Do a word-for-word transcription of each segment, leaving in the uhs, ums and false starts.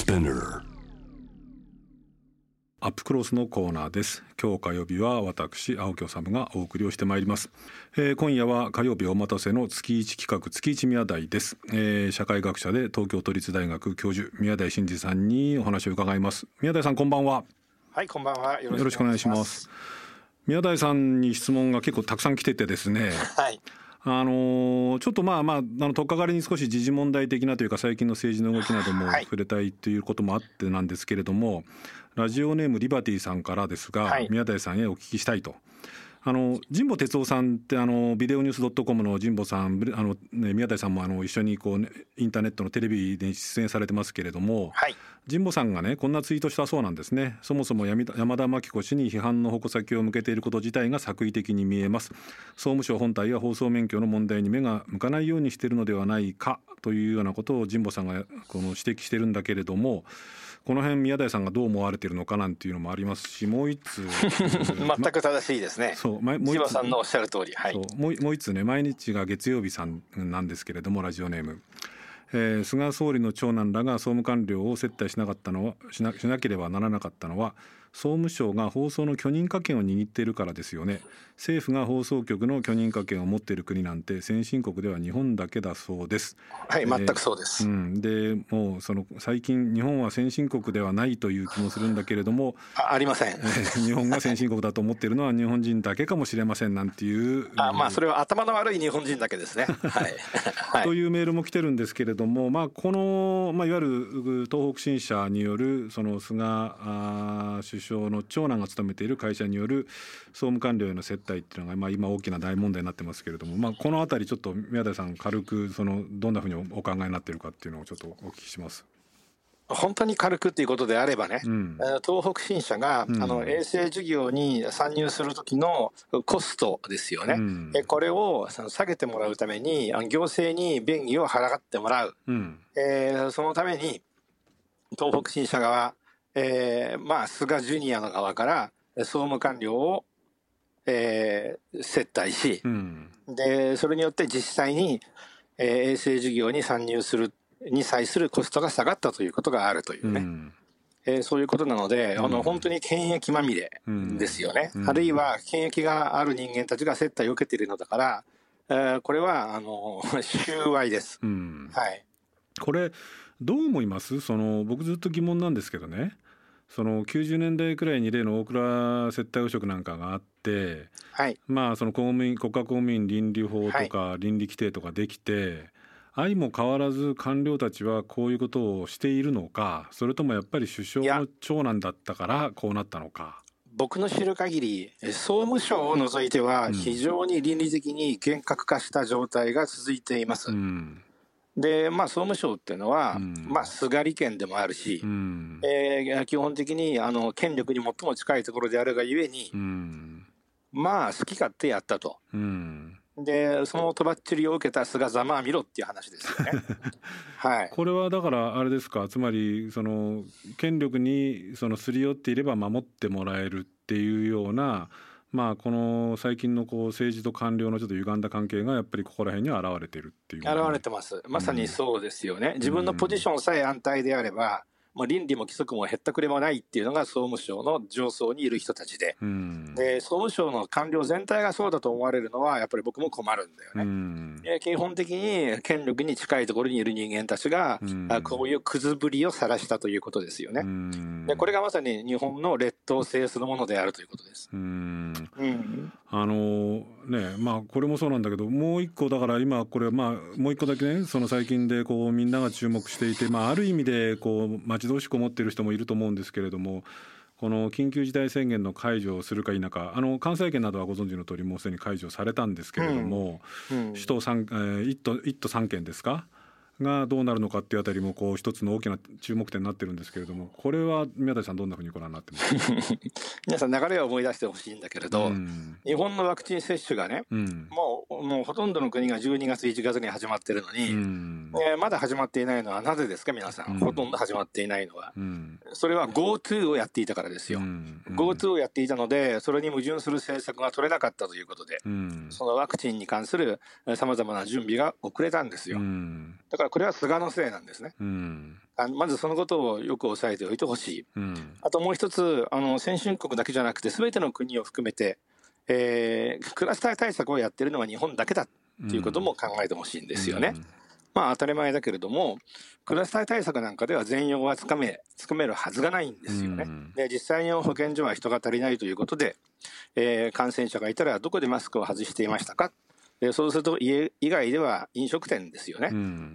Spinner。 アップクロスのコーナーです。今日火曜日は私青木治がお送りをしてまいります、えー、今夜は火曜日お待たせの月一企画月一宮台です、えー、社会学者で東京都立大学教授宮台真司さんにお話を伺います。宮台さん、こんばんは。 はい、こんばんは。 よろしくお願いします。宮台さんに質問が結構たくさん来ててですねはいあのー、ちょっとまあまああの取っかかりに少し時事問題的なというか最近の政治の動きなども触れたいということもあってなんですけれども、ラジオネームリバティさんからですが、はい、宮台さんへお聞きしたいと。あの神保哲夫さんってあのビデオニュース .com の神保さん、あの、ね、宮台さんもあの一緒にこう、ね、インターネットのテレビで出演されてますけれども、はい、神保さんがねこんなツイートしたそうなんですね。そもそも山田真紀子氏に批判の矛先を向けていること自体が作為的に見えます。総務省本体や放送免許の問題に目が向かないようにしているのではないかというようなことを神保さんがこの指摘してるんだけれども、この辺宮台さんがどう思われているのかなんていうのもありますし、もう一つ全く正しいですね。 そう、 もう一つさんのおっしゃる通り、はい、 そうもう、もう一つね、毎日が月曜日さんなんですけれども、ラジオネーム、えー、菅総理の長男らが総務官僚を接待しなかったのはし な, しなければならなかったのは総務省が放送の許認可権を握っているからですよね。政府が放送局の許認可権を持っている国なんて先進国では日本だけだそうです。 はい、全くそうです、 うん、でもうその最近日本は先進国ではないという気もするんだけれどもあ, ありません、えー、日本が先進国だと思っているのは日本人だけかもしれませんなんていうあ、まあ、それは頭の悪い日本人だけですね、はいはい、 というメールも来てるんですけれども、まあ、この、まあ、いわゆる東北新社によるその菅首相の長男が勤めている会社による総務官僚への接待っていうのが、まあ、今大きな大問題になってますけれども、まあ、このあたりちょっと宮台さん軽くそのどんなふうにお考えになっているかっていうのをちょっとお聞きします。 本当に軽くということであればね、うん、東北新社が、うん、あの衛星事業に参入する時のコストですよね、うん、これを下げてもらうために行政に便宜を払ってもらう、うん、えー、そのために東北新社側、えーまあ、菅ジュニアの側から総務官僚を、えー、接待し、うん、でそれによって実際に、えー、衛星事業に参入するに際するコストが下がったということがあるというね、うん、えー、そういうことなので、うん、あの本当に権益まみれですよね、うん、あるいは権益がある人間たちが接待を受けているのだから、えー、これはあの収賄です、うん、はい、 これどう思います？その僕ずっと疑問なんですけどね、そのきゅうじゅうねんだいくらいに例の大蔵接待汚職なんかがあって、はい、まあその公務員国家公務員倫理法とか倫理規定とかできて、はい、相も変わらず官僚たちはこういうことをしているのか、それともやっぱり首相の長男だったからこうなったのか。 僕の知る限り総務省を除いては非常に倫理的に厳格化した状態が続いています、うん、でまあ、総務省っていうのは、うんまあ、菅利権でもあるし、うんえー、基本的にあの権力に最も近いところであるがゆえに、うん、まあ好き勝手やったと、うんでそのとばっちりを受けた菅ざまあ見ろっていう話ですよね、はい、 これはだからあれですか、つまりその権力にそのすり寄っていれば守ってもらえるっていうような、まあ、この最近のこう政治と官僚のちょっと歪んだ関係がやっぱりここら辺には現れているっていう、 現れてます。まさにそうですよね、うん、自分のポジションさえ安泰であれば、まあ、倫理も規則もへったくれもないっていうのが総務省の上層にいる人たちで、うん、で総務省の官僚全体がそうだと思われるのはやっぱり僕も困るんだよね、うん、基本的に権力に近いところにいる人間たちが、うん、こういうくずぶりを晒したということですよね、うん、でこれがまさに日本の劣等生そのものであるということです、うんうん、あのね、まあこれもそうなんだけど、もう一個だから今これまあもう一個だけね、その最近でこうみんなが注目していて、まあある意味でこう待ち遠しく思っている人もいると思うんですけれども、この緊急事態宣言の解除をするか否か、あの関西圏などはご存知の通りもうすでに解除されたんですけれども、うんうん、首都三一都一都三県ですかがどうなるのかっていうあたりもこう一つの大きな注目点になってるんですけれども、これは宮台さんどんなふうにご覧になってますか？ 皆さん流れを思い出してほしいんだけれど、うん、日本のワクチン接種がね、うん、もう、もうほとんどの国がじゅうにがついちがつに始まってるのに、うんえー、まだ始まっていないのはなぜですか皆さん、うん、ほとんど始まっていないのは、うん、それは GoTo をやっていたからですよ、うんうん、GoTo をやっていたのでそれに矛盾する政策が取れなかったということで、うん、そのワクチンに関するさまざまな準備が遅れたんですよ、うん、だからこれは菅のせいなんですね、うんあのまずそのことをよく押さえておいてほしい、 うん、 あともう一つ、あの先進国だけじゃなくて全ての国を含めて、えー、クラスター対策をやってるのは日本だけだっていうことも考えてほしいんですよね、うん、まあ当たり前だけれどもクラスター対策なんかでは全容はつかめつかめるはずがないんですよね、うん、で実際に保健所は人が足りないということで、えー、感染者がいたらどこでマスクを外していましたか、でそうすると家以外では飲食店ですよね、うん、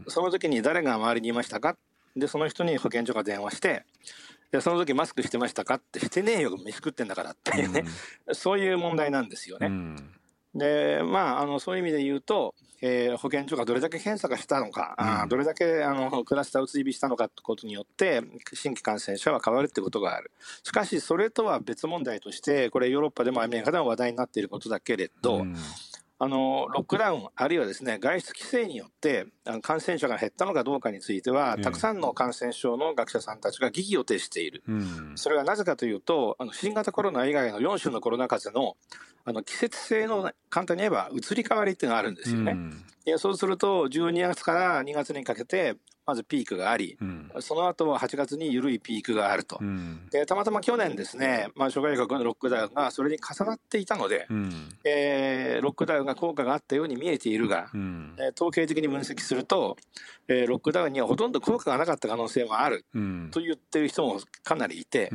その時に誰が周りにいましたか、でその人に保健所が電話して、でその時マスクしてましたかって、してねえよ飯食ってんだからっていうね、うん、そういう問題なんですよね、うん、でまああのそういう意味で言うと、えー、保健所がどれだけ検査がしたのか、うん、あどれだけあのクラスターを追尾したのかということによって新規感染者は変わるということがある。しかしそれとは別問題として、これヨーロッパでもアメリカでも話題になっていることだけれど、うん、あのロックダウンあるいはですね外出規制によってあの感染者が減ったのかどうかについては、たくさんの感染症の学者さんたちが疑義を呈している、うん、それはなぜかというと、あの新型コロナ以外のよん種のコロナ風邪のあの季節性の簡単に言えば移り変わりっていうのがあるんですよね、うん、いやそうするとじゅうにがつからにがつにかけてまずピークがあり、うん、その後ははちがつに緩いピークがあると、うん、でたまたま去年ですね、まあ、諸外国のロックダウンがそれに重なっていたので、うん、えー、ロックダウンが効果があったように見えているが、うん、えー、統計的に分析すると、えー、ロックダウンにはほとんど効果がなかった可能性もある、うん、と言っている人もかなりいて、うん、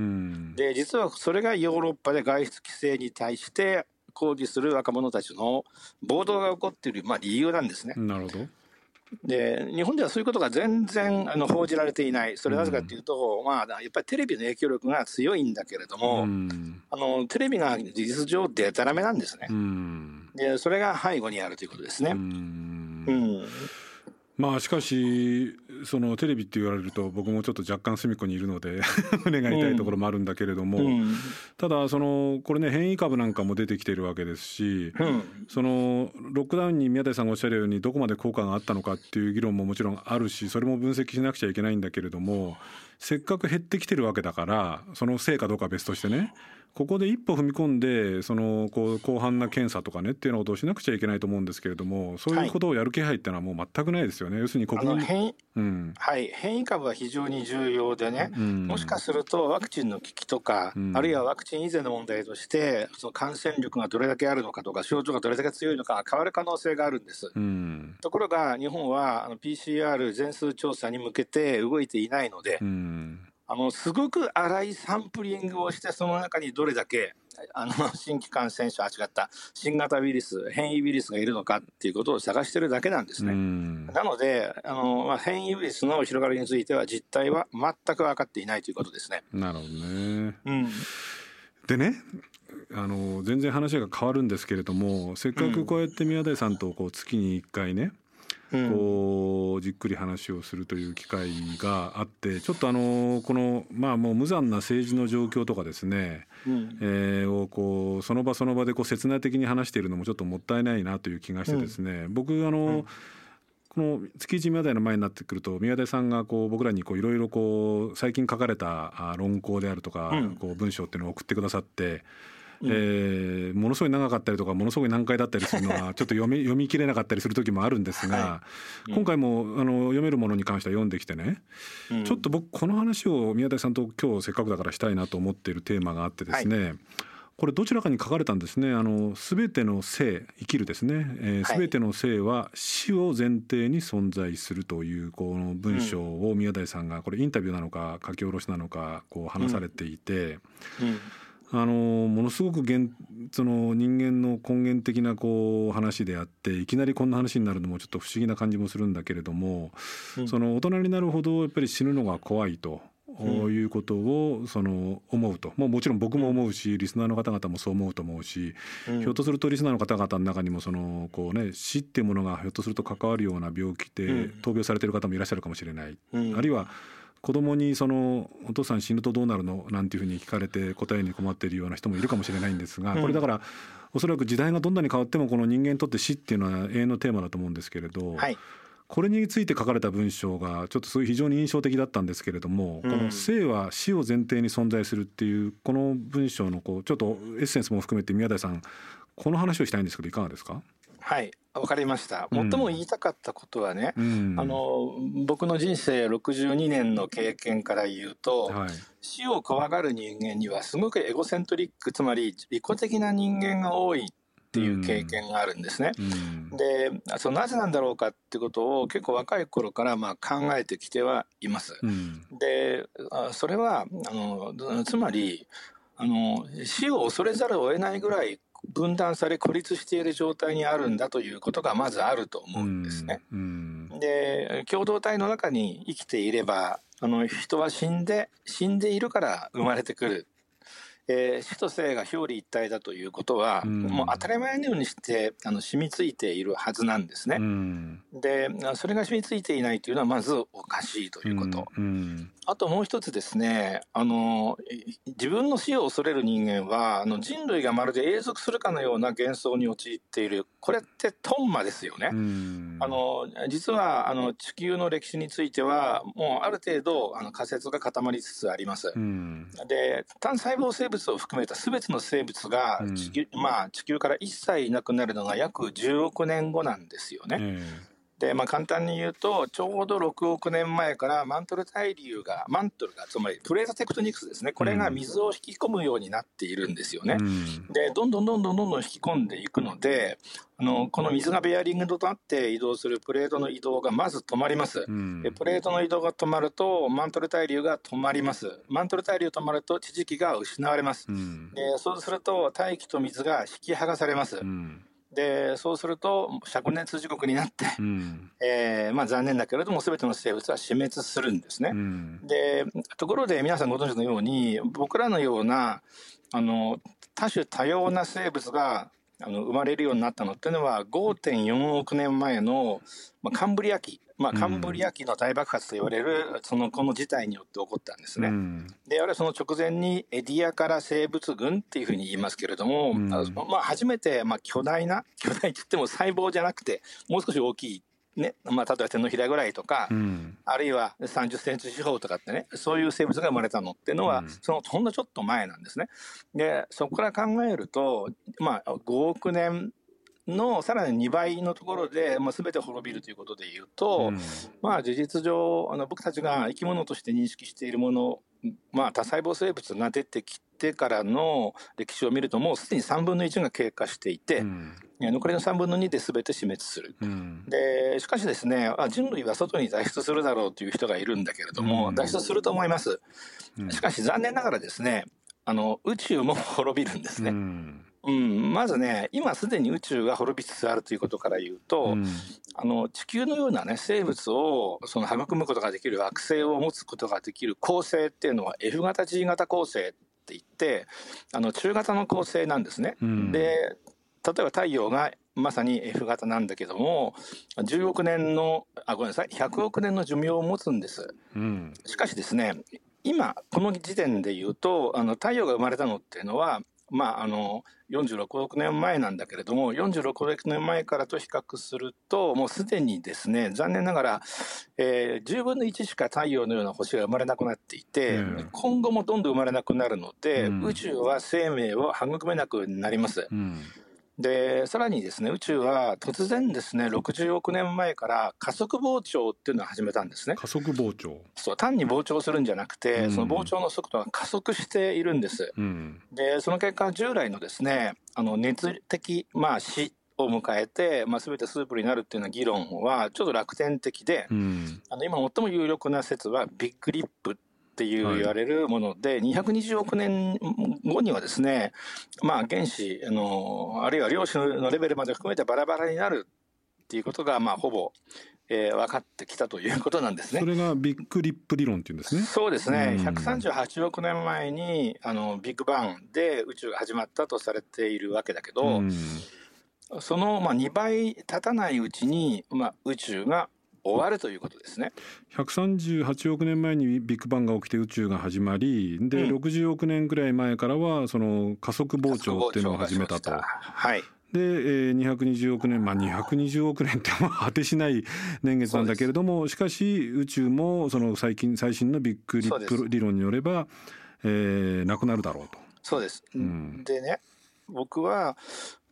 で実はそれがヨーロッパで外出規制に対して抗議する若者たちの暴動が起こっている、まあ、理由なんですね。 なるほど。 で日本ではそういうことが全然あの報じられていない。それはなぜかというと、うん、まあ、やっぱりテレビの影響力が強いんだけれども、うん、あのテレビが事実上デタラメなんですね、うん、でそれが背後にあるということですね、うんうん、 まあしかしそのテレビって言われると僕もちょっと若干隅っこにいるので胸が痛いところもあるんだけれども、うん、ただそのこれね変異株なんかも出てきているわけですし、うん、そのロックダウンに宮台さんがおっしゃるようにどこまで効果があったのかっていう議論ももちろんあるし、それも分析しなくちゃいけないんだけれども、せっかく減ってきてるわけだからそのせいかどうかは別としてね、ここで一歩踏み込んでそのこう広範な検査とかねっていうようなことをしなくちゃいけないと思うんですけれども、そういうことをやる気配ってのはもう全くないですよね、はい、要するに国民変異、うんはい、変異株は非常に重要でね、うん、もしかするとワクチンの効きとか、うん、あるいはワクチン以前の問題としてその感染力がどれだけあるのかとか症状がどれだけ強いのか変わる可能性があるんです、うん、ところが日本はあの ピーシーアール 全数調査に向けて動いていないので、うんあのすごく粗いサンプリングをしてその中にどれだけあの新規感染者あ違った新型ウイルス変異ウイルスがいるのかっていうことを探してるだけなんですね。なのであの、まあ、変異ウイルスの広がりについては実態は全く分かっていないということですね。 なるほどね、うん、でねあの全然話が変わるんですけれども、せっかくこうやって宮台さんとこう月にいっかいねこうじっくり話をするという機会があって、ちょっとあのこのまあもう無残な政治の状況とかですね、うんえー、をこうその場その場でこう切ない的に話しているのもちょっともったいないなという気がしてですね、うん、僕あの、うんこの月一宮台の前になってくると宮台さんがこう僕らにいろいろ最近書かれた論考であるとか、うん、こう文章っていうのを送ってくださって、うんえー、ものすごい長かったりとかものすごい難解だったりするのはちょっと読み、読み切れなかったりする時もあるんですが、はいうん、今回もあの読めるものに関しては読んできてね、うん、ちょっと僕この話を宮台さんと今日せっかくだからしたいなと思っているテーマがあってですね、はいこれどちらかに書かれたんですね。あの全ての生生きるですね、えー、全ての生は死を前提に存在するというこの文章を宮台さんがこれインタビューなのか書き下ろしなのかこう話されていて、うんうん、あのものすごく現その人間の根源的なこう話であっていきなりこんな話になるのもちょっと不思議な感じもするんだけれども、うん、その大人になるほどやっぱり死ぬのが怖いとこういうことをその思うと、もうもちろん僕も思うしリスナーの方々もそう思うと思うし、うん、ひょっとするとリスナーの方々の中にもそのこう、ね、死っていうものがひょっとすると関わるような病気で闘病されている方もいらっしゃるかもしれない、うん、あるいは子供にそのお父さん死ぬとどうなるのなんていうふうに聞かれて答えに困っているような人もいるかもしれないんですが、これだからおそらく時代がどんなに変わってもこの人間にとって死っていうのは永遠のテーマだと思うんですけれど、はいこれについて書かれた文章がちょっとそういう非常に印象的だったんですけれども、うん、この生は死を前提に存在するっていうこの文章のこうちょっとエッセンスも含めて宮台さんこの話をしたいんですけどいかがですか？ はい、わかりました。最も言いたかったことはね、うん、あの僕の人生ろくじゅうにねんの経験から言うと、はい、死を怖がる人間にはすごくエゴセントリック、つまり利己的な人間が多いっていう経験があるんですね。うん、で、そのなぜなんだろうかってことを結構若い頃からまあ考えてきてはいます。うん、で、それはあのつまりあの死を恐れざるを得ないぐらい分断され孤立している状態にあるんだということがまずあると思うんですね。うんうん、で、共同体の中に生きていればあの人は死んで死んでいるから生まれてくる。えー、死と生が表裏一体だということは、うん、もう当たり前のようにしてあの染みついているはずなんですね。うん、でそれが染みついていないというのはまずおかしいということ、うんうん、あともう一つですね、あの自分の死を恐れる人間はあの人類がまるで永続するかのような幻想に陥っている。これってトンマですよね。うん、あの実はあの地球の歴史についてはもうある程度あの仮説が固まりつつあります。うん、で単細胞生物を含めた全ての生物が地球、うんまあ、地球から一切いなくなるのが約じゅうおくねんごなんですよね。うんでまあ、簡単に言うとちょうどろくおくねんまえからマントル対流がマントルがつまりプレートテクトニクスですね、これが水を引き込むようになっているんですよね。うん、でどんどんどんどんどんどん引き込んでいくのであのこの水がベアリングとなって移動するプレートの移動がまず止まります。うん、でプレートの移動が止まるとマントル対流が止まります。マントル対流止まると地磁気が失われます。うん、でそうすると大気と水が引き剥がされます。うんでそうすると灼熱地獄になって、うんえーまあ、残念だけれども全ての生物は死滅するんですね。うん、でところで皆さんご存知のように僕らのようなあの多種多様な生物があの生まれるようになったのっていうのは ごてんよんおくねんまえの、まあ、カンブリア紀、まあ、カンブリア紀の大爆発と言われるそのこの事態によって起こったんですね。うん、であれはその直前にエディアカラ生物群っていうふうに言いますけれども、うんまあ、初めて、まあ、巨大な巨大って言っても細胞じゃなくてもう少し大きいねまあ、例えば手のひらぐらいとか、うん、あるいはさんじゅっセンチ四方とかってねそういう生物が生まれたのっていうのは、うん、そのほんのちょっと前なんですね。でそこから考えると、まあ、ごおくねんのさらににばいのところで、まあ、全て滅びるということでいうと、うん、まあ事実上あの僕たちが生き物として認識しているもの、まあ、多細胞生物が出てきてからの歴史を見るともうすでにさんぶんのいちが経過していて、うん、残りのさんぶんのにで全て死滅する、うん、でしかしですね人類は外に脱出するだろうという人がいるんだけれども、うん、脱出すると思います。しかし残念ながらですねあの宇宙も滅びるんですね。うんうん、まずね今すでに宇宙が滅びつつあるということから言うと、うん、あの地球のような、ね、生物をその育むことができる惑星を持つことができる恒星っていうのは F 型 G 型恒星って言ってあの中型の恒星なんですね。うん、で例えば太陽がまさに F 型なんだけどもじゅうおくねんのあごめんなさいひゃくおくねんの寿命を持つんです。うん、しかしですね今この時点で言うとあの太陽が生まれたのっていうのはまあ、あのよんじゅうろくおくねんまえなんだけれどもよんじゅうろくおくねんまえからと比較するともうすでにですね残念ながら、えー、じゅうぶんのいちしか太陽のような星が生まれなくなっていて、うん、今後もどんどん生まれなくなるので、うん、宇宙は生命を育めなくなります。うんでさらにですね宇宙は突然ですねろくじゅうおくねんまえから加速膨張っていうのを始めたんですね。 加速膨張そう単に膨張するんじゃなくて、うん、その膨張の速度が加速しているんです、うん、でその結果従来のですねあの熱的、まあ、死を迎えて、まあ、全てスープになるっていうような議論はちょっと楽天的で、うん、あの今最も有力な説はビッグリップっていう言われるもので、はい、にひゃくにじゅうおくねんごにはですね、まあ、原子あのあるいは量子のレベルまで含めてバラバラになるっていうことが、まあ、ほぼ、えー、分かってきたということなんですね。 それがビッグリップ理論っていうんですね。 そうですね、うん、ひゃくさんじゅうはちおくねんまえにあのビッグバンで宇宙が始まったとされているわけだけど、うん、その、まあ、にばい経たないうちに、まあ、宇宙が終わるということですね。 ひゃくさんじゅうはちおくねんまえにビッグバンが起きて宇宙が始まりで、うん、ろくじゅうおくねんぐらい前からはその加速膨張っていうのを始めたと。 はいで、えー、にひゃくにじゅうおくねん、まあ、にひゃくにじゅうおくねんって果てしない年月なんだけれどもしかし宇宙もその最近最新のビッグリップ理論によれば、えー、なくなるだろうと。 そうです、うん、でね僕は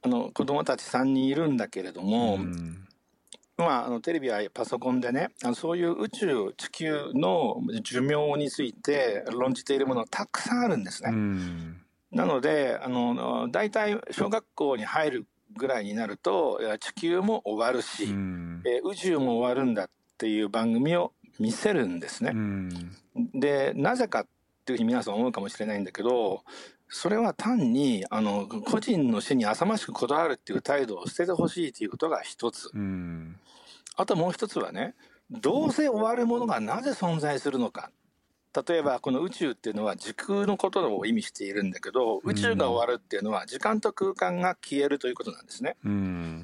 あの子供たちさんにんいるんだけれども、うんまあ、あのテレビやパソコンでね、あのそういう宇宙地球の寿命について論じているものはたくさんあるんですね。うんなのであの大体小学校に入るぐらいになると地球も終わるし、うんえ宇宙も終わるんだっていう番組を見せるんですね。うんでなぜかっていうふうに皆さん思うかもしれないんだけど、それは単にあの個人の死に浅ましくこだわるっていう態度を捨ててほしいということが一つ、うん、あともう一つはね、どうせ終わるものがなぜ存在するのか。例えばこの宇宙っていうのは時空のことを意味しているんだけど、宇宙が終わるっていうのは時間と空間が消えるということなんですね。うん、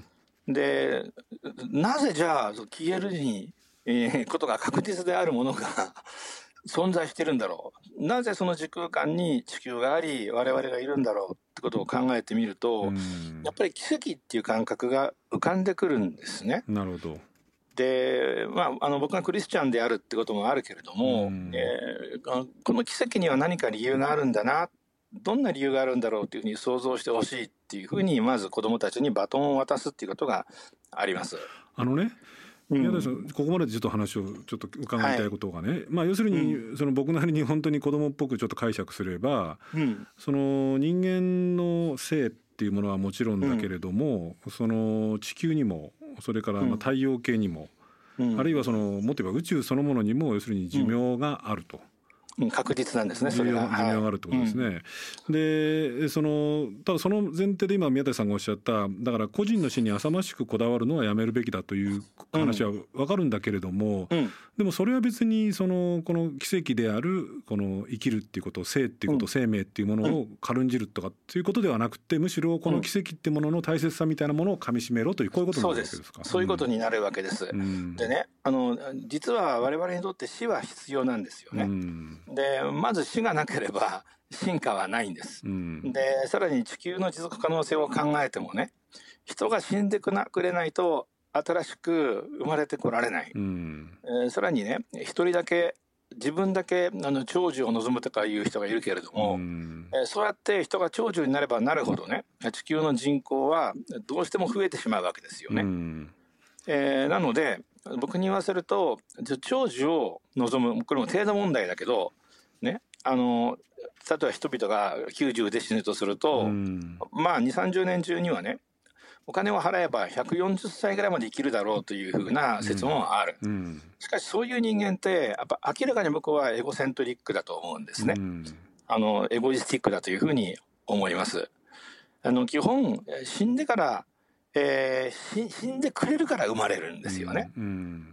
でなぜじゃあ消えるに、えー、ことが確実であるものが存在してるんだろう。なぜその時空間に地球があり我々がいるんだろうってことを考えてみると、うん、やっぱり奇跡っていう感覚が浮かんでくるんですね。 なるほど。 で、まあ、あの僕がクリスチャンであるってこともあるけれども、うんえー、この奇跡には何か理由があるんだな、どんな理由があるんだろうというふうに想像してほしいっていうふうにまず子どもたちにバトンを渡すっていうことがあります。 あのね宮台さん、ここまでちょっと話をちょっと伺いたいことがね、はいまあ、要するに、うん、その僕なりに本当に子供っぽくちょっと解釈すれば、うん、その人間の性っていうものはもちろんだけれども、うん、その地球にもそれからまあ太陽系にも、うん、あるいはそのもっと言えば宇宙そのものにも要するに寿命があると。 うん、確実なんですね。それが寿命があるってことですね。はいうん、でそのただその前提で今宮台さんがおっしゃっただから個人の死に浅ましくこだわるのはやめるべきだという話は分かるんだけれども、うん、でもそれは別にそのこの奇跡であるこの生きるっていうこと生っていうこと、うん、生命っていうものを軽んじるとかっていうことではなくて、むしろこの奇跡ってものの大切さみたいなものをかみしめろというこういうことになるわけですか。 そうです。そういうことになるわけです。うん、でねあの実は我々にとって死は必要なんですよね。うんでまず死がなければ進化はないんです、うん、でさらに地球の持続可能性を考えてもね、人が死んでくれないと新しく生まれてこられない、うんえー、さらにね一人だけ自分だけあの長寿を望むとかいう人がいるけれども、うんえー、そうやって人が長寿になればなるほどね地球の人口はどうしても増えてしまうわけですよね、うんえー、なので僕に言わせると長寿を望む、これも程度問題だけどね、あの例えば人々がきゅうじゅうで死ぬとすると、うん、まあにじゅうさんじゅうねん中にはねお金を払えばひゃくよんじゅっさいぐらいまで生きるだろうというふうな説もある、うんうん、しかしそういう人間ってやっぱ明らかに僕はエゴセントリックだと思うんですね、うん、あのエゴイスティックだというふうに思います。あの基本死んでからえー、死んでくれるから生まれるんですよね、うんうん、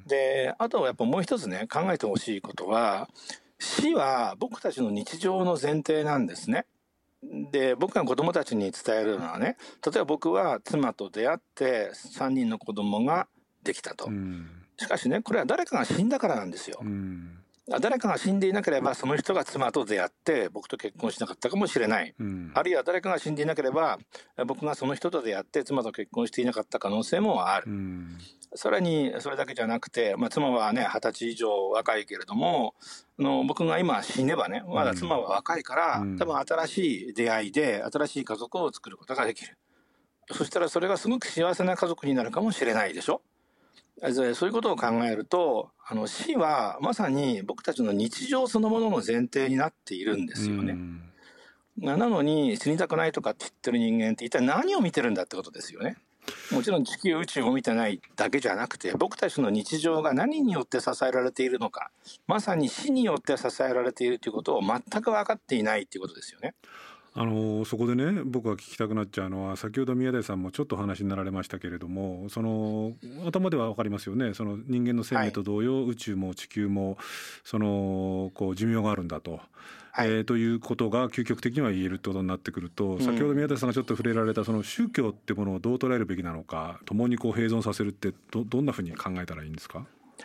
であとやっぱもう一つね考えてほしいことは死は僕たちの日常の前提なんですね。で僕が子供たちに伝えるのはね、例えば僕は妻と出会ってさんにんの子供ができたと、うん、しかしねこれは誰かが死んだからなんですよ、うん誰かが死んでいなければその人が妻と出会って僕と結婚しなかったかもしれない、うん、あるいは誰かが死んでいなければ僕がその人と出会って妻と結婚していなかった可能性もある、うん、さらにそれだけじゃなくて、まあ、妻はねはたち以上若いけれどもあの僕が今死ねばねまだ妻は若いから、うん、多分新しい出会いで新しい家族を作ることができる。そしたらそれがすごく幸せな家族になるかもしれないでしょ。そういうことを考えるとあの死はまさに僕たちの日常そのものの前提になっているんですよね。なのに死にたくないとかって言ってる人間って一体何を見てるんだってことですよね。もちろん地球宇宙を見てないだけじゃなくて僕たちの日常が何によって支えられているのか、まさに死によって支えられているということを全く分かっていないということですよね。 あのそこでね僕が聞きたくなっちゃうのは先ほど宮台さんもちょっとお話になられましたけれどもその頭では分かりますよね。その人間の生命と同様、はい、宇宙も地球もそのこう寿命があるんだと、はいえー、ということが究極的には言えるってことになってくると、うん、先ほど宮台さんがちょっと触れられたその宗教ってものをどう捉えるべきなのか共にこう併存させるって ど, どんなふうに考えたらいいんですか。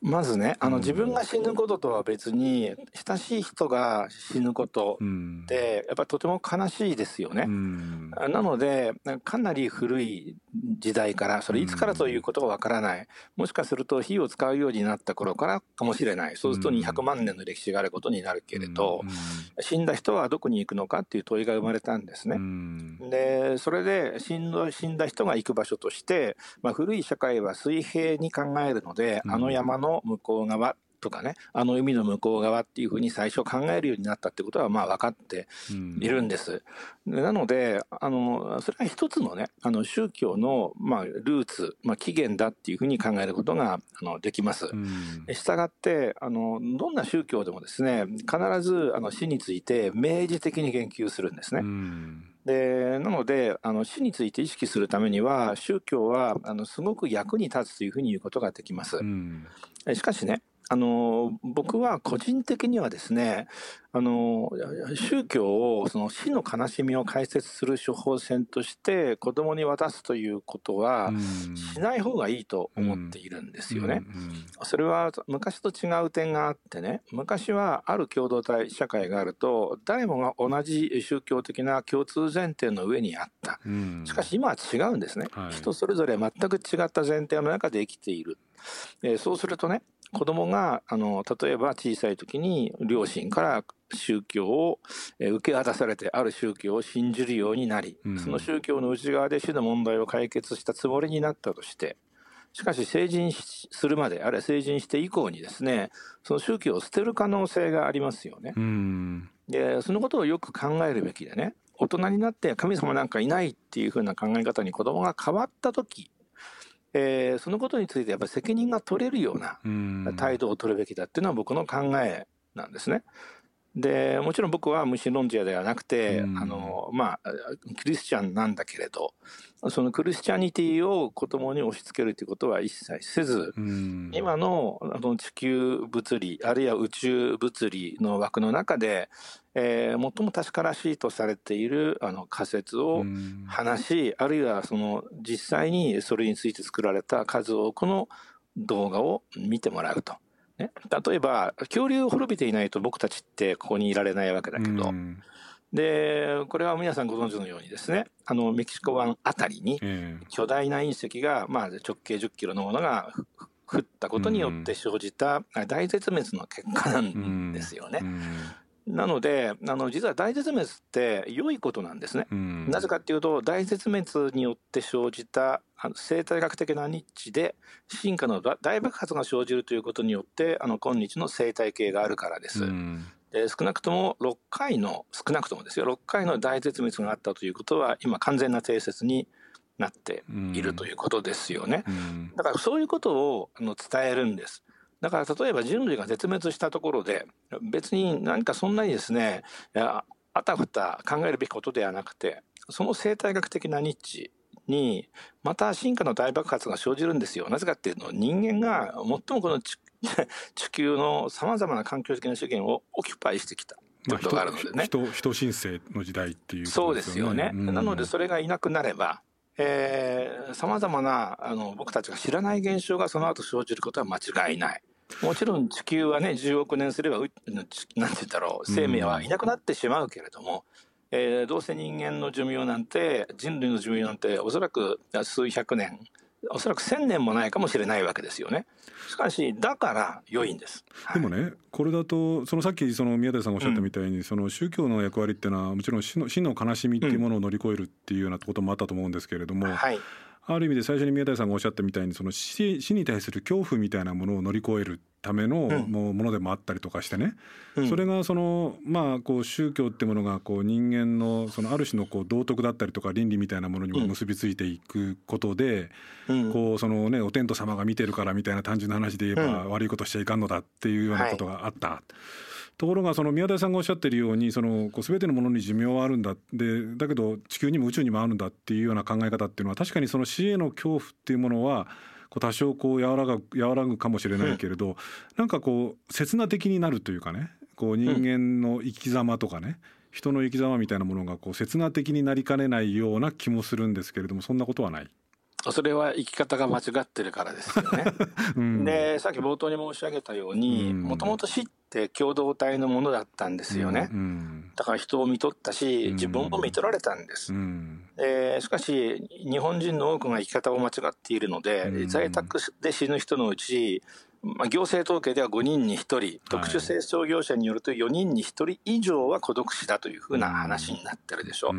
まずね、あの自分が死ぬこととは別に親しい人が死ぬことってやっぱりとても悲しいですよね。なのでかなり古い時代から、それいつからということがわからない、もしかすると火を使うようになった頃からかもしれない。そうするとにひゃくまんねんの歴史があることになるけれど、死んだ人はどこに行くのかっていう問いが生まれたんですね。でそれで死んだ、死んだ人が行く場所として、まあ、古い社会は水平に考えるので、あの山の向こう側とかね、あの海の向こう側っていうふうに最初考えるようになったってことはまあ分かっているんです。でなのであのそれは一つのね、あの宗教のまあルーツ、まあ、起源だっていうふうに考えることがあのできます。したがってあのどんな宗教でもですね、必ずあの死について明示的に言及するんですね。でなのであの死について意識するためには宗教はあのすごく役に立つというふうに言うことができます。しかしね、あの僕は個人的にはですね、あの宗教をその死の悲しみを解説する処方箋として子供に渡すということはしない方がいいと思っているんですよね。それは昔と違う点があってね、昔はある共同体社会があると誰もが同じ宗教的な共通前提の上にあった。しかし今は違うんですね。人それぞれ全く違った前提の中で生きている。えー、そうするとね、子供があの例えば小さい時に両親から宗教を受け渡されて、ある宗教を信じるようになり、その宗教の内側で死の問題を解決したつもりになったとして、しかし成人するまで、あるいは成人して以降にですね、その宗教を捨てる可能性がありますよね。でそのことをよく考えるべきでね、大人になって神様なんかいないっていうふうな考え方に子供が変わった時、えー、そのことについてやっぱり責任が取れるような態度を取るべきだっていうのは僕の考えなんですね。でもちろん僕は無神論者ではなくて、あのまあクリスチャンなんだけれど、そのクリスチャニティを子供に押し付けるということは一切せず、今のあの地球物理あるいは宇宙物理の枠の中で、えー、最も確からしいとされているあの仮説を話し、あるいはその実際にそれについて作られた数多くの動画を見てもらうと。ね、例えば恐竜を滅びていないと僕たちってここにいられないわけだけど、でこれは皆さんご存知のようにですね、あのメキシコ湾あたりに巨大な隕石が、まあ、直径じゅっキロのものが降ったことによって生じた大絶滅の結果なんですよね。なのであの実は大絶滅って良いことなんですね。なぜかっていうと、大絶滅によって生じたあの生態学的なニッチで進化の大爆発が生じるということによってあの今日の生態系があるからです。で少なくともろっかいの少なくともですよろっかいの大絶滅があったということは今完全な定説になっているということですよね。だからそういうことをあの伝えるんです。だから例えば人類が絶滅したところで別に何かそんなにですね、いやあたふた考えるべきことではなくて、その生態学的なニッチにまた進化の大爆発が生じるんですよ。なぜかっていうと、人間が最もこの地球のさまざまな環境的な資源をオキュパイしてきたということがあるのでね、 まあ、人, 人申請の時代っていうことですよね。 そうですよね、うん、なのでそれがいなくなればさまざまなあの僕たちが知らない現象がその後生じることは間違いない。もちろん地球はねじゅうおくねんすればなんて言ったろう、生命はいなくなってしまうけれども、えー、どうせ人間の寿命なんて人類の寿命なんておそらく数百年、おそらく千年もないかもしれないわけですよね。しかしだから良いんです。 でもね、これだとそのさっきその宮台さんがおっしゃったみたいに、うん、その宗教の役割っていうのはもちろん死の、死の悲しみっていうものを乗り越えるっていうようなこともあったと思うんですけれども、うんはい、ある意味で最初に宮台さんがおっしゃったみたいにその 死, 死に対する恐怖みたいなものを乗り越えるためのものでもあったりとかしてね、うん、それがそのまあこう宗教ってものがこう人間のそのある種のこう道徳だったりとか倫理みたいなものにも結びついていくことで、うん、こうそのねお天道様が見てるからみたいな単純な話で言えば悪いことしちゃいかんのだっていうようなことがあった、はい、ところがその宮台さんがおっしゃってるようにそのこう全てのものに寿命はあるんだで、だけど地球にも宇宙にもあるんだっていうような考え方っていうのは確かにその死への恐怖っていうものはこう多少こう和らぐ、和らぐかもしれないけれど、うん、なんかこう刹那的になるというかね、こう人間の生き様とかね、うん、人の生き様みたいなものがこう刹那的になりかねないような気もするんですけれども、そんなことはない？ それは生き方が間違ってるからですよね。うん、でさっき冒頭に申し上げたように、もともと死って共同体のものだったんですよね。うんうん、だから人を見とったし自分も見とられたんです。うん、でしかし日本人の多くが生き方を間違っているので、うん、在宅で死ぬ人のうち、まあ、行政統計ではごにんにひとり、特殊清掃業者によるとよにんにひとり以上は孤独死だというふうな話になってるでしょ。うん、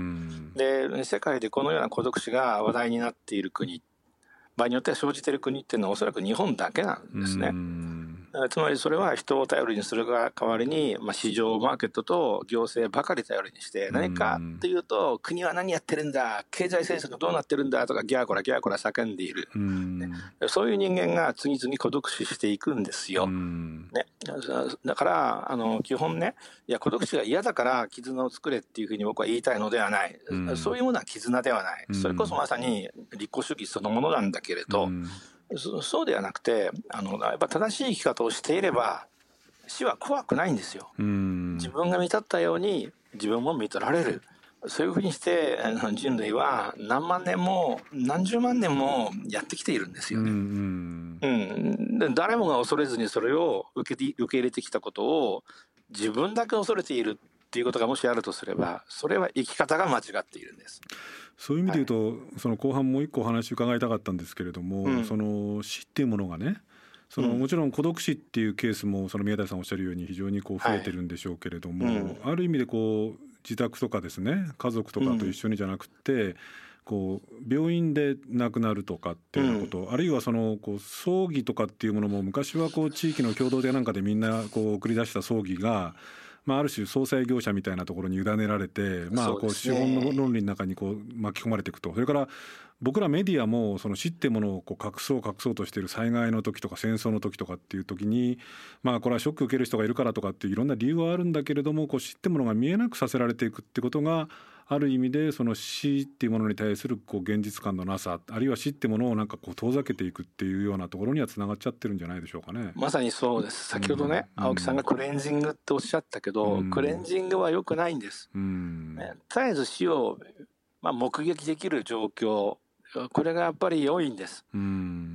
で世界でこのような孤独死が話題になっている国、場合によっては生じている国っていうのはおそらく日本だけなんですね。つまりそれは人を頼りにする代わりに、まあ、市場マーケットと行政ばかり頼りにして、何かっていうと国は何やってるんだ、経済政策どうなってるんだとかギャーコラギャーコラ叫んでいる、ね、そういう人間が次々孤独死していくんですよ、ね、だからあの基本ね、いや孤独死が嫌だから絆を作れっていうふうに僕は言いたいのではない、そういうものは絆ではない、それこそまさに利己主義そのものなんだけれど、そ, そうではなくて、あのやっぱ正しい生き方をしていれば死は怖くないんですよ。自分が見立ったように自分も見とられる、そういうふうにして人類は何万年も何十万年もやってきているんですよね。うんうん、で誰もが恐れずにそれを受け、受け入れてきたことを自分だけ恐れているっていうことがもしあるとすれば、それは生き方が間違っているんです。 そういう意味で言うと、はい、その後半もう一個お話伺いたかったんですけれども、うん、その死っていうものがね、そのもちろん孤独死っていうケースもその宮台さんおっしゃるように非常にこう増えてるんでしょうけれども、はい、うん、ある意味でこう自宅とかですね、家族とかと一緒にじゃなくて、うん、こう病院で亡くなるとかっていうようなこと、うん、あるいはそのこう葬儀とかっていうものも昔はこう地域の共同でなんかでみんなこう送り出した葬儀が、まあ、ある種葬祭業者みたいなところに委ねられて、まあ、こう資本の論理の中にこう巻き込まれていくと。それから僕らメディアもその死ってものをこう隠そう隠そうとしている災害の時とか戦争の時とかっていう時に、まあこれはショック受ける人がいるからとかっていういろんな理由はあるんだけれども、こう死ってものが見えなくさせられていくってことがある意味でその死っていうものに対するこう現実感のなさ、あるいは死ってものをなんかこう遠ざけていくっていうようなところにはつながっちゃってるんじゃないでしょうかね。 まさにそうです。先ほどね、うん、青木さんがクレンジングっておっしゃったけど、うん、クレンジングは良くないんです、うんね、絶えず死を、まあ、目撃できる状況、これがやっぱり良いんです、うん、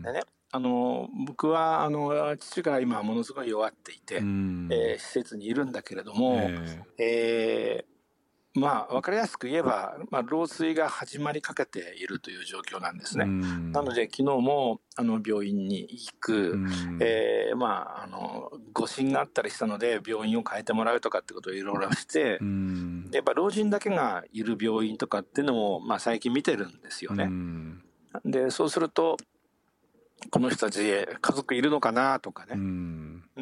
でね、あの僕はあの父が今ものすごい弱っていて、うんえー、施設にいるんだけれども、えーえーまあ、分かりやすく言えば、まあ、老衰が始まりかけているという状況なんですね。なので昨日もあの病院に行く、えーまあ、あの誤診があったりしたので病院を変えてもらうとかってことをいろいろして、やっぱ老人だけがいる病院とかっていうのも、まあ、最近見てるんですよね。でそうするとこの人たち家族いるのかなとかね、うんうん、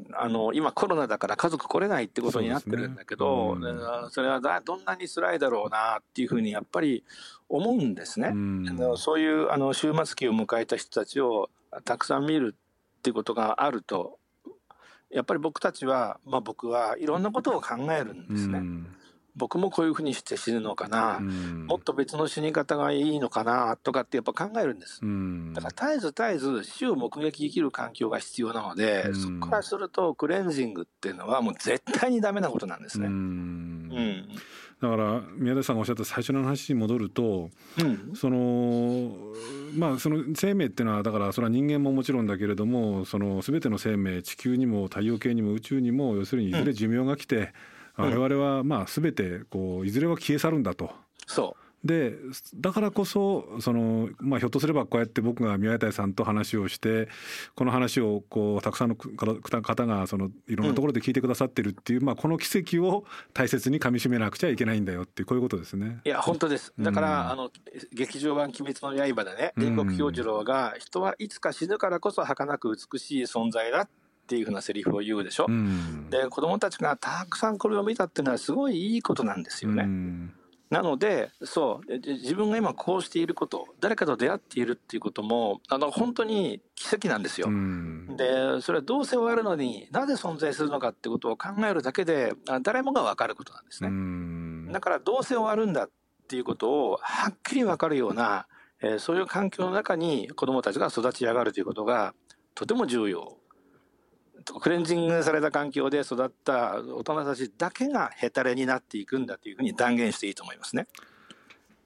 あの今コロナだから家族来れないってことになってるんだけど、 そ,、ねうん、それはだどんなに辛いだろうなっていうふうにやっぱり思うんですね、うん、あのそういうあの終末期を迎えた人たちをたくさん見るっていうことがあると、やっぱり僕たちは、まあ、僕はいろんなことを考えるんですね、うん僕もこういうふうにして死ぬのかな、うん、もっと別の死に方がいいのかなとかってやっぱ考えるんです、うん、だから絶えず絶えず死を目撃できる環境が必要なので、うん、そこからするとクレンジングっていうのはもう絶対にダメなことなんですね、うんうん、 だから宮台さんがおっしゃった最初の話に戻ると、うん、そのまあその生命っていうのはだからそれは人間ももちろんだけれども、その全ての生命、地球にも太陽系にも宇宙にも要するにいずれ寿命が来て、うん、我々はまあ全てこういずれは消え去るんだと。 そうでだからこそその、まあ、ひょっとすればこうやって僕が宮台さんと話をしてこの話をこうたくさんの方がそのいろんなところで聞いてくださってるっていう、うんまあ、この奇跡を大切にかみしめなくちゃいけないんだよっていうこういうことですね。 いや本当です。だから、うん、あの劇場版鬼滅の刃でね煉獄氷次郎が人はいつか死ぬからこそ儚く美しい存在だっていうふうなセリフを言うでしょ、うん、で子どもたちがたくさんこれを見たっていうのはすごいいいことなんですよね、うんなのでそう自分が今こうしていること、誰かと出会っているっていうこともあの本当に奇跡なんですよ、うん、でそれはどうせ終わるのになぜ存在するのかってことを考えるだけで誰もが分かることなんですね、うん、だからどうせ終わるんだっていうことをはっきり分かるような、えー、そういう環境の中に子どもたちが育ち上がるということがとても重要。クレンジングされた環境で育った大人たちだけがヘタレになっていくんだというふうに断言していいと思いますね。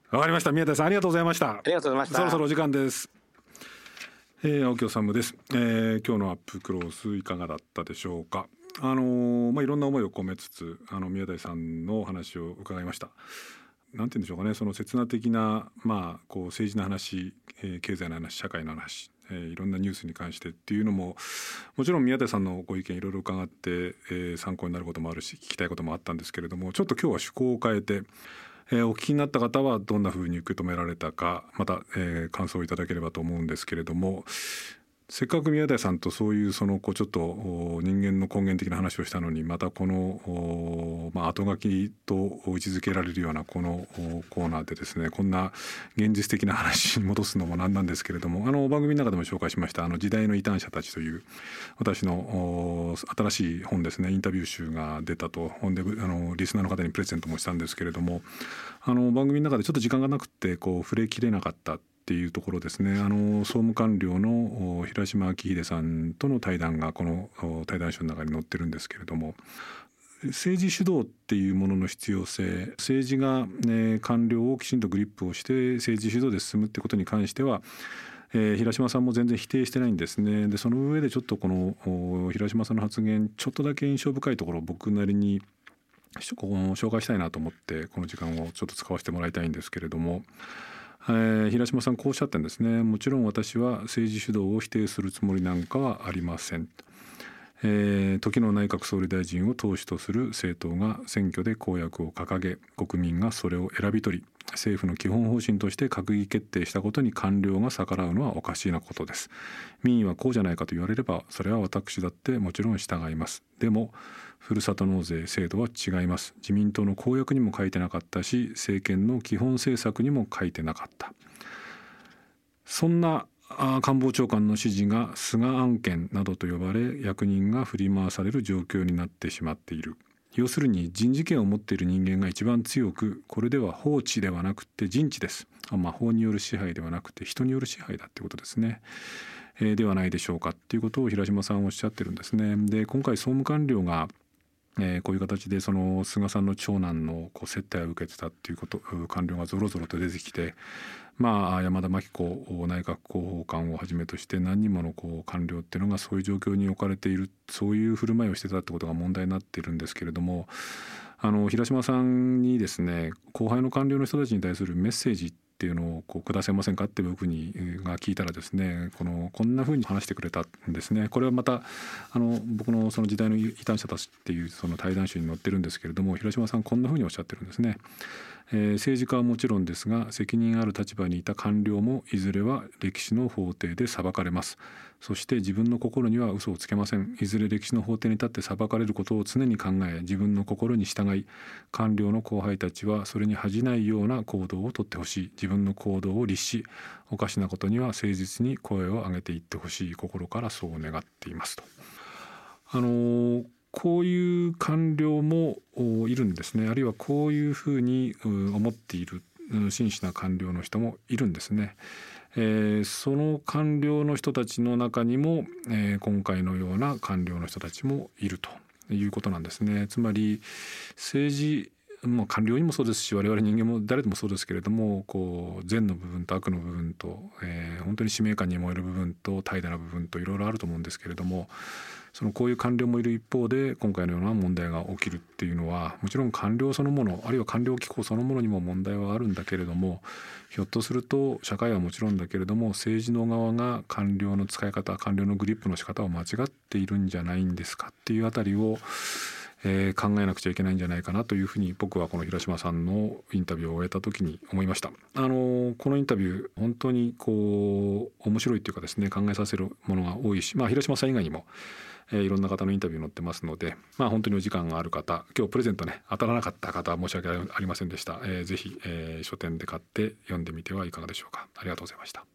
わかりました。宮台さんありがとうございました。 ありがとうございました。 そろそろお時間です。えー、青木治です、えー、今日のアップクロースいかがだったでしょうか。あのーまあ、いろんな思いを込めつつあの宮台さんのお話を伺いました。なんて言うんでしょうかね、その刹那的な、まあ、こう政治の話、えー、経済の話、社会の話、えー、いろんなニュースに関してっていうのももちろん宮台さんのご意見いろいろ伺って、えー、参考になることもあるし聞きたいこともあったんですけれども、ちょっと今日は趣向を変えて、えー、お聞きになった方はどんなふうに受け止められたか、また、えー、感想をいただければと思うんですけれども、せっかく宮台さんとそういうそのこうちょっと人間の根源的な話をしたのに、またこの、まあ、後書きと位置づけられるようなこのコーナーでですね、こんな現実的な話に戻すのもなんなんですけれども、あの番組の中でも紹介しましたあの時代の異端者たちという私の新しい本ですね、インタビュー集が出たと。本であのリスナーの方にプレゼントもしたんですけれども、あの番組の中でちょっと時間がなくてこう触れきれなかったっていうところですね。あの総務官僚の平島明秀さんとの対談がこの対談書の中に載ってるんですけれども、政治主導っていうものの必要性、政治が、ね、官僚をきちんとグリップをして政治主導で進むってことに関しては、えー、平島さんも全然否定してないんですね。でその上でちょっとこの平島さんの発言ちょっとだけ印象深いところを僕なりにここ紹介したいなと思ってこの時間をちょっと使わせてもらいたいんですけれども、えー、平島さんこうおっしゃったんですね。もちろん私は政治主導を否定するつもりなんかはありません。えー、時の内閣総理大臣を党首とする政党が選挙で公約を掲げ、国民がそれを選び取り、政府の基本方針として閣議決定したことに官僚が逆らうのはおかしいなことです。民意はこうじゃないかと言われればそれは私だってもちろん従います。でもふるさと納税制度は違います。自民党の公約にも書いてなかったし、政権の基本政策にも書いてなかった。そんな官房長官の指示が菅案件などと呼ばれ、役人が振り回される状況になってしまっている。要するに人事権を持っている人間が一番強く、これでは法治ではなくて人治です。まあ、法による支配ではなくて人による支配だってことですね、えー、ではないでしょうかっていうことを平島さんはおっしゃってるんですね。で今回総務官僚がえー、こういう形でその菅さんの長男のこう接待を受けてたっていうこと官僚がぞろぞろと出てきて、まあ、山田真紀子内閣広報官をはじめとして何人ものこう官僚っていうのがそういう状況に置かれている、そういう振る舞いをしてたってことが問題になっているんですけれども、あの平島さんにですね、後輩の官僚の人たちに対するメッセージっていうのをこうくださいませんかって僕にが聞いたらですね、このこんな風に話してくれたんですね。これはまたあの僕のその時代の異端者たちっていうその対談集に載ってるんですけれども、平島さんこんな風におっしゃってるんですね。えー、政治家はもちろんですが、責任ある立場にいた官僚もいずれは歴史の法廷で裁かれます。そして自分の心には嘘をつけません。いずれ歴史の法廷に立って裁かれることを常に考え、自分の心に従い、官僚の後輩たちはそれに恥じないような行動をとってほしい。自分の行動を律し、おかしなことには誠実に声を上げていってほしい。心からそう願っていますと。あのーこういう官僚もいるんですね。あるいはこういうふうに思っている真摯な官僚の人もいるんですね。えー、その官僚の人たちの中にも、えー、今回のような官僚の人たちもいるということなんですね。つまり政治、まあ、官僚にもそうですし、我々人間も誰でもそうですけれども、こう善の部分と悪の部分と、えー、本当に使命感に燃える部分と怠惰な部分といろいろあると思うんですけれども、そのこういう官僚もいる一方で今回のような問題が起きるっていうのは、もちろん官僚そのもの、あるいは官僚機構そのものにも問題はあるんだけれども、ひょっとすると社会はもちろんだけれども政治の側が官僚の使い方、官僚のグリップの仕方を間違っているんじゃないんですかっていうあたりを、えー、考えなくちゃいけないんじゃないかなというふうに僕はこの平島さんのインタビューを終えた時に思いました。あのこのインタビュー本当にこう面白いというかですね、考えさせるものが多いし、まあ、平島さん以外にもえー、いろんな方のインタビュー載ってますので、まあ、本当にお時間がある方、今日プレゼントね当たらなかった方は申し訳ありませんでした。えー、ぜひ、えー、書店で買って読んでみてはいかがでしょうか。ありがとうございました。